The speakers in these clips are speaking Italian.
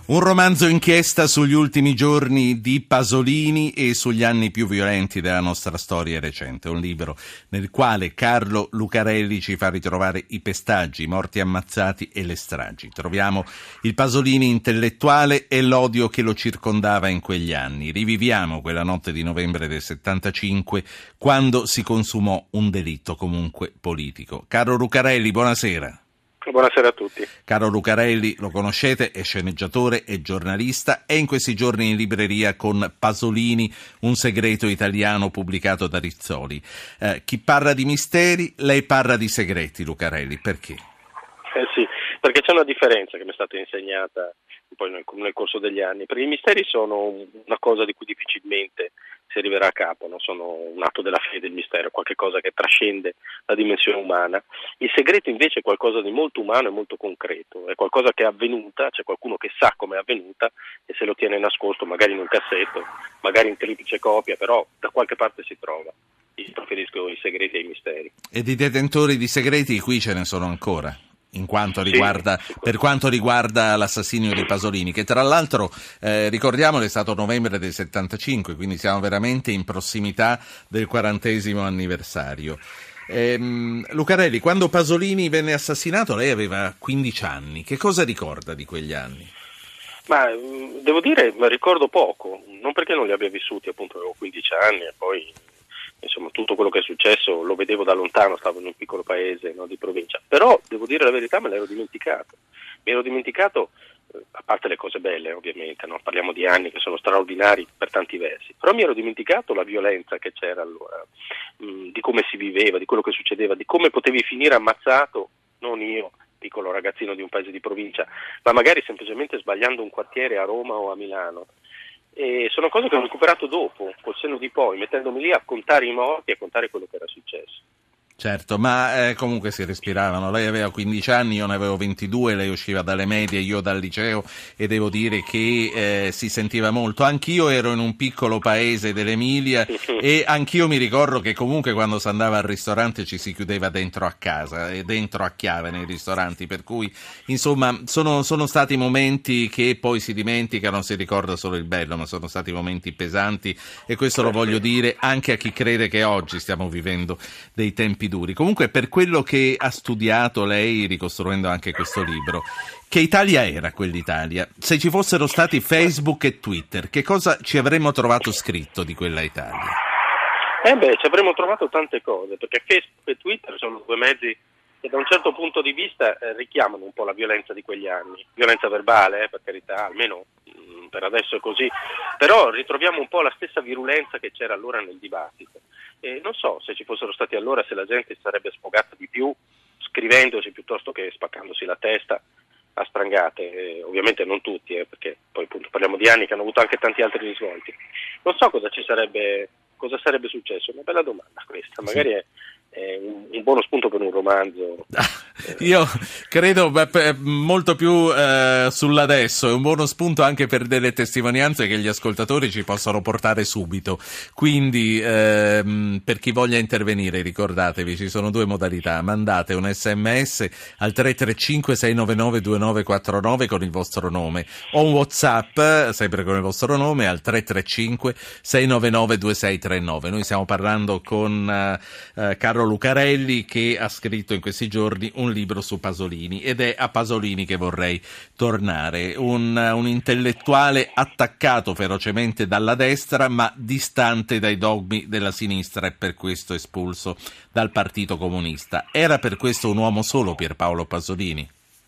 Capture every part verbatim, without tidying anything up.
Un romanzo inchiesta sugli ultimi giorni di Pasolini e sugli anni più violenti della nostra storia recente. Un libro nel quale Carlo Lucarelli ci fa ritrovare i pestaggi, i morti ammazzati e le stragi. Troviamo il Pasolini intellettuale e l'odio che lo circondava in quegli anni. Riviviamo quella notte di novembre del settantacinque, quando si consumò un delitto comunque politico. Carlo Lucarelli, buonasera. Buonasera a tutti. Carlo Lucarelli, lo conoscete, è sceneggiatore e giornalista, è in questi giorni in libreria con Pasolini, un segreto italiano pubblicato da Rizzoli. Eh, chi parla di misteri, lei parla di segreti, Lucarelli, perché? Eh sì, perché c'è una differenza che mi è stata insegnata poi nel, nel corso degli anni, perché i misteri sono una cosa di cui difficilmente si arriverà a capo, non sono un atto della fede, il mistero, qualche cosa che trascende la dimensione umana. Il segreto invece è qualcosa di molto umano e molto concreto, è qualcosa che è avvenuta, c'è qualcuno che sa come è avvenuta e se lo tiene nascosto, magari in un cassetto, magari in triplice copia, però da qualche parte si trova. Io preferisco i segreti ai misteri. E di detentori di segreti qui ce ne sono ancora? In quanto riguarda, sì, per quanto riguarda l'assassinio di Pasolini, che tra l'altro eh, ricordiamolo è stato novembre del settantacinque, quindi siamo veramente in prossimità del quarantesimo anniversario. Ehm, Lucarelli, quando Pasolini venne assassinato lei aveva quindici anni, che cosa ricorda di quegli anni? Ma devo dire, ricordo poco, non perché non li abbia vissuti, appunto avevo quindici anni e poi insomma tutto quello che è successo lo vedevo da lontano, stavo in un piccolo paese, no, di provincia, però devo dire la verità, me l'ero dimenticato, mi ero dimenticato, eh, a parte le cose belle ovviamente, no? Parliamo di anni che sono straordinari per tanti versi, però mi ero dimenticato la violenza che c'era allora, mh, di come si viveva, di quello che succedeva, di come potevi finire ammazzato, non io, piccolo ragazzino di un paese di provincia, ma magari semplicemente sbagliando un quartiere a Roma o a Milano. E sono cose che ho recuperato dopo, col senno di poi, mettendomi lì a contare i morti e a contare quello che era successo. Certo, ma eh, comunque si respiravano. Lei aveva quindici anni, io ne avevo ventidue, lei usciva dalle medie, io dal liceo, e devo dire che eh, si sentiva molto. Anch'io ero in un piccolo paese dell'Emilia e anch'io mi ricordo che comunque quando si andava al ristorante ci si chiudeva dentro a casa e dentro a chiave nei ristoranti, per cui insomma sono, sono stati momenti che poi si dimenticano, si ricorda solo il bello, ma sono stati momenti pesanti e questo lo voglio dire anche a chi crede che oggi stiamo vivendo dei tempi duri. Comunque, per quello che ha studiato lei, ricostruendo anche questo libro, che Italia era quell'Italia? Se ci fossero stati Facebook e Twitter, che cosa ci avremmo trovato scritto di quella Italia? Eh beh, ci avremmo trovato tante cose, perché Facebook e Twitter sono due mezzi che da un certo punto di vista eh, richiamano un po' la violenza di quegli anni, violenza verbale, eh, per carità, almeno mh, per adesso è così, però ritroviamo un po' la stessa virulenza che c'era allora nel dibattito. E non so se ci fossero stati allora, se la gente si sarebbe sfogata di più scrivendosi piuttosto che spaccandosi la testa a strangate, eh, ovviamente non tutti, eh, perché poi appunto parliamo di anni che hanno avuto anche tanti altri risvolti. Non so cosa ci sarebbe, cosa sarebbe successo, è una bella domanda questa, magari è, è un, un buono spunto per un romanzo. Io credo beh, molto più eh, sull'adesso, è un buono spunto anche per delle testimonianze che gli ascoltatori ci possono portare subito, quindi ehm, per chi voglia intervenire ricordatevi ci sono due modalità: mandate un sms al tre tre cinque sei nove nove due nove quattro nove con il vostro nome o un WhatsApp sempre con il vostro nome al tre tre cinque sei nove nove due sei tre nove. Noi stiamo parlando con eh, Carlo Lucarelli, che ha scritto in questi giorni un libro su Pasolini, ed è a Pasolini che vorrei tornare, un, un intellettuale attaccato ferocemente dalla destra ma distante dai dogmi della sinistra e per questo espulso dal Partito Comunista. Era per questo un uomo solo Pierpaolo Pasolini?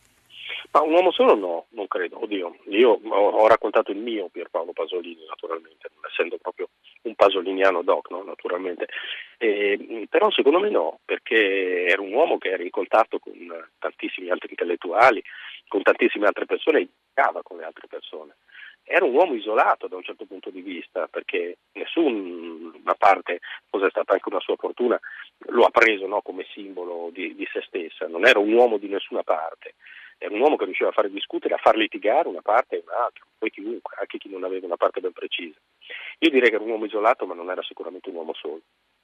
Ma un uomo solo no, non credo, oddio, io ho, ho raccontato il mio Pierpaolo Pasolini naturalmente, non essendo proprio un pasoliniano doc, no? Naturalmente, eh, però secondo me no, perché era un uomo che era in contatto con tantissimi altri intellettuali, con tantissime altre persone e giocava con le altre persone. Era un uomo isolato da un certo punto di vista, perché nessuna parte, forse è stata anche una sua fortuna, lo ha preso, no, come simbolo di, di se stessa, non era un uomo di nessuna parte. Era un uomo che riusciva a fare discutere, a far litigare una parte e un'altra, poi chiunque, anche chi non aveva una parte ben precisa. Io direi che era un uomo isolato, ma non era sicuramente un uomo solo.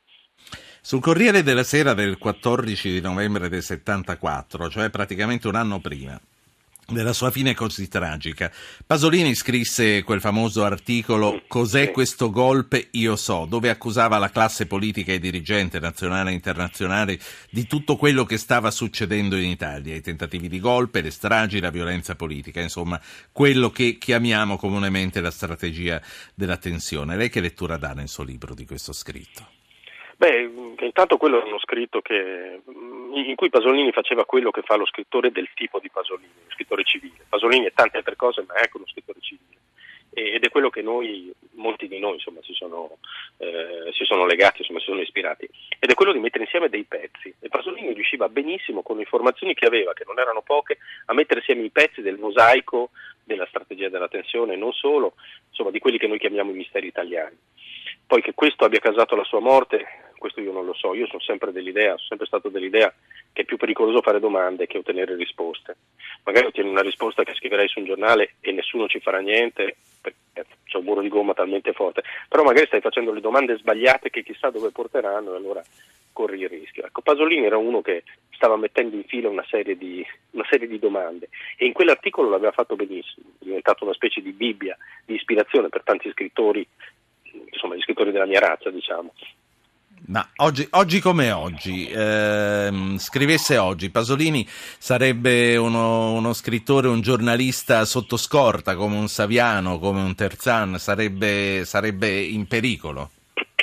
Sul Corriere della Sera del quattordici di novembre del settantaquattro, cioè praticamente un anno prima, della sua fine così tragica. Pasolini scrisse quel famoso articolo "Cos'è sì. questo golpe? Io so", dove accusava la classe politica e dirigente nazionale e internazionale di tutto quello che stava succedendo in Italia, i tentativi di golpe, le stragi, la violenza politica, insomma, quello che chiamiamo comunemente la strategia della tensione. Lei che lettura dà nel suo libro di questo scritto? Beh, intanto quello è uno scritto che, in cui Pasolini faceva quello che fa lo scrittore del tipo di Pasolini, lo scrittore civile. Pasolini è tante altre cose, ma è anche uno scrittore civile. Ed è quello che noi, molti di noi, insomma, si sono, eh, si sono legati, insomma, si sono ispirati. Ed è quello di mettere insieme dei pezzi. E Pasolini riusciva benissimo, con le informazioni che aveva, che non erano poche, a mettere insieme i pezzi del mosaico della strategia della tensione, non solo, insomma, di quelli che noi chiamiamo i misteri italiani. Poi che questo abbia causato la sua morte, questo io non lo so. Io sono sempre dell'idea, sono sempre stato dell'idea che è più pericoloso fare domande che ottenere risposte. Magari ottieni una risposta che scriverai su un giornale e nessuno ci farà niente perché c'è un muro di gomma talmente forte, però magari stai facendo le domande sbagliate che chissà dove porteranno e allora corri il rischio. Ecco, Pasolini era uno che stava mettendo in fila una serie di, una serie di domande e in quell'articolo l'aveva fatto benissimo, è diventato una specie di Bibbia, di ispirazione per tanti scrittori, insomma gli scrittori della mia razza, diciamo. Ma oggi, oggi come oggi, ehm, scrivesse oggi, Pasolini sarebbe uno, uno scrittore, un giornalista sotto scorta, come un Saviano, come un Terzan, sarebbe, sarebbe in pericolo?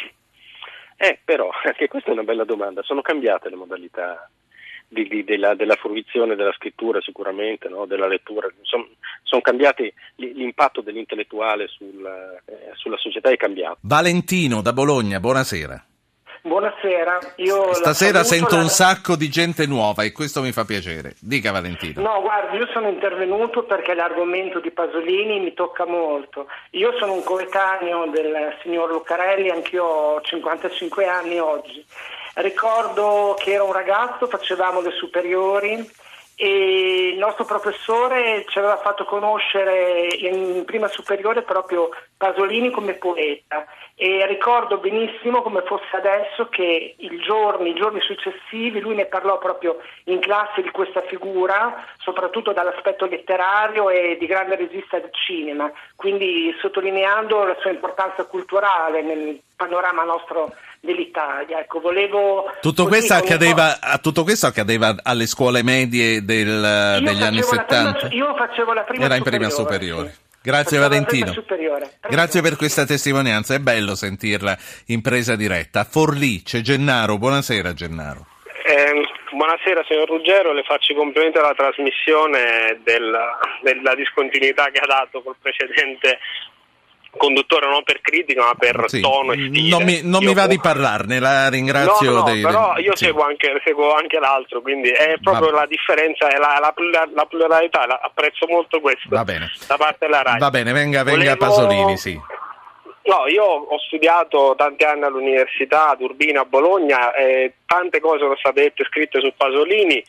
Eh, però, anche questa è una bella domanda. Sono cambiate le modalità di, di, della, della fruizione della scrittura, sicuramente, no? Della lettura. Sono, sono cambiati, l'impatto dell'intellettuale sul, eh, sulla società è cambiato. Valentino da Bologna, buonasera. Buonasera, io stasera sento la... un sacco di gente nuova e questo mi fa piacere. Dica Valentino. No, guardi, io sono intervenuto perché l'argomento di Pasolini mi tocca molto. Io sono un coetaneo del signor Lucarelli, anch'io ho cinquantacinque anni oggi. Ricordo che ero un ragazzo, facevamo le superiori e il nostro professore ci aveva fatto conoscere in prima superiore proprio Pasolini come poeta e ricordo benissimo come fosse adesso che il giorno, i giorni successivi lui ne parlò proprio in classe di questa figura, soprattutto dall'aspetto letterario e di grande regista del cinema, quindi sottolineando la sua importanza culturale nel panorama nostro dell'Italia. Ecco, volevo tutto questo accadeva a tutto questo accadeva alle scuole medie del, degli anni settanta. Prima, io facevo la prima Era in superiore, prima superiore. Sì. Grazie facevo Valentino. Grazie per questa testimonianza, è bello sentirla in presa diretta. A Forlì c'è Gennaro, buonasera Gennaro. Eh, buonasera signor Ruggero, le faccio i complimenti alla trasmissione della, della discontinuità che ha dato col precedente conduttore, non per critica ma per sì, tono e stile. Non mi, non mi va di parlarne, la ringrazio. No, no, dei, però io sì. seguo, anche, seguo anche l'altro, quindi è proprio va. La differenza, è la, la, la pluralità, la, apprezzo molto questo va bene. da parte della RAI. Va bene, venga, venga Volevo... Pasolini, sì. No, io ho studiato tanti anni all'università ad Urbino, a Bologna, e tante cose sono state dette e scritte su Pasolini.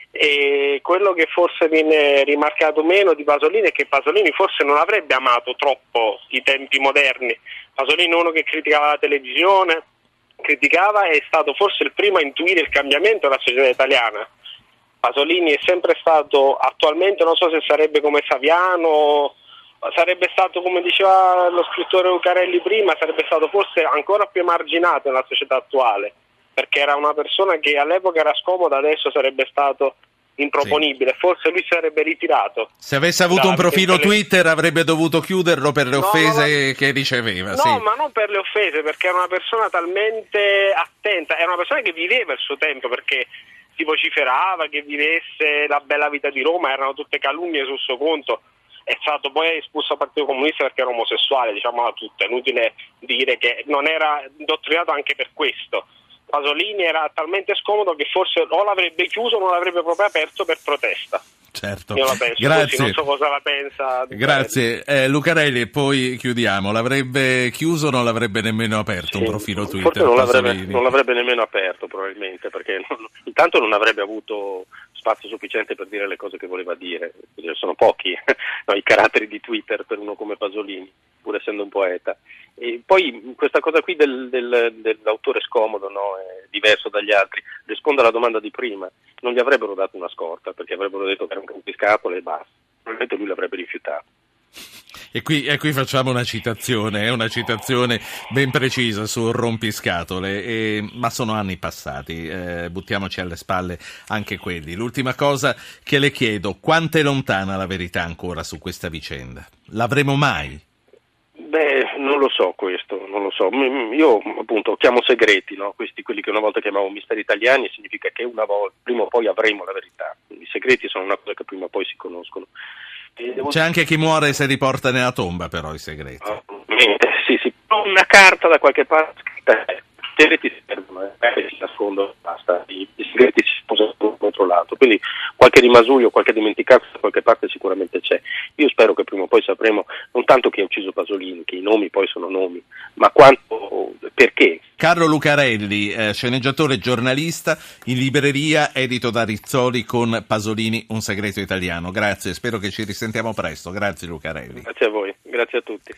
E quello che forse viene rimarcato meno di Pasolini è che Pasolini forse non avrebbe amato troppo i tempi moderni. Pasolini è uno che criticava la televisione, criticava e è stato forse il primo a intuire il cambiamento della società italiana. Pasolini è sempre stato, attualmente non so se sarebbe come Saviano, sarebbe stato, come diceva lo scrittore Lucarelli prima, sarebbe stato forse ancora più emarginato nella società attuale, perché era una persona che all'epoca era scomoda, adesso sarebbe stato improponibile, sì. Forse lui si sarebbe ritirato. Se avesse avuto da, un profilo le... Twitter avrebbe dovuto chiuderlo per le no, offese no, che riceveva. No, sì. ma non per le offese, perché era una persona talmente attenta, era una persona che viveva il suo tempo, perché si vociferava che vivesse la bella vita di Roma, erano tutte calunnie sul suo conto. È stato poi espulso dal Partito Comunista perché era omosessuale, diciamo a tutto, è inutile dire che non era indottrinato anche per questo. Pasolini era talmente scomodo che forse o l'avrebbe chiuso o non l'avrebbe proprio aperto per protesta. Certo, io la penso grazie. Così, non so cosa la pensa. Grazie, eh, Lucarelli, e poi chiudiamo. L'avrebbe chiuso o non l'avrebbe nemmeno aperto sì, un profilo Twitter? Forse non l'avrebbe, non l'avrebbe nemmeno aperto probabilmente, perché non, intanto non avrebbe avuto spazio sufficiente per dire le cose che voleva dire. Sono pochi no, i caratteri di Twitter per uno come Pasolini, pur essendo un poeta. E poi questa cosa qui del, del, dell'autore scomodo, no, è diverso dagli altri. Rispondo alla domanda di prima: non gli avrebbero dato una scorta, perché avrebbero detto che era un rompiscatole e basta. probabilmente lui l'avrebbe rifiutato. E qui, e qui facciamo una citazione, è una citazione ben precisa sul rompiscatole, e, ma sono anni passati, eh, buttiamoci alle spalle anche quelli. L'ultima cosa che le chiedo, quanto è lontana la verità ancora su questa vicenda? L'avremo mai? Beh, non lo so questo, non lo so. Io appunto chiamo segreti, no? Questi, quelli che una volta chiamavo misteri italiani, significa che una volta, prima o poi avremo la verità. I segreti sono una cosa che prima o poi si conoscono. C'è anche chi muore e se li porta nella tomba, però, i segreti. Sì, sì, una carta da qualche parte scritta, i segreti si perdono, eh, si nascondono, basta, i, i segreti si posano controllato, quindi qualche rimasuglio, qualche dimenticanza da qualche parte sicuramente c'è. Io spero che prima o poi sapremo non tanto chi ha ucciso Pasolini, che i nomi poi sono nomi, ma quanto, perché. Carlo Lucarelli, eh, sceneggiatore e giornalista, in libreria, edito da Rizzoli con Pasolini, un segreto italiano. Grazie, spero che ci risentiamo presto. Grazie Lucarelli. Grazie a voi, grazie a tutti.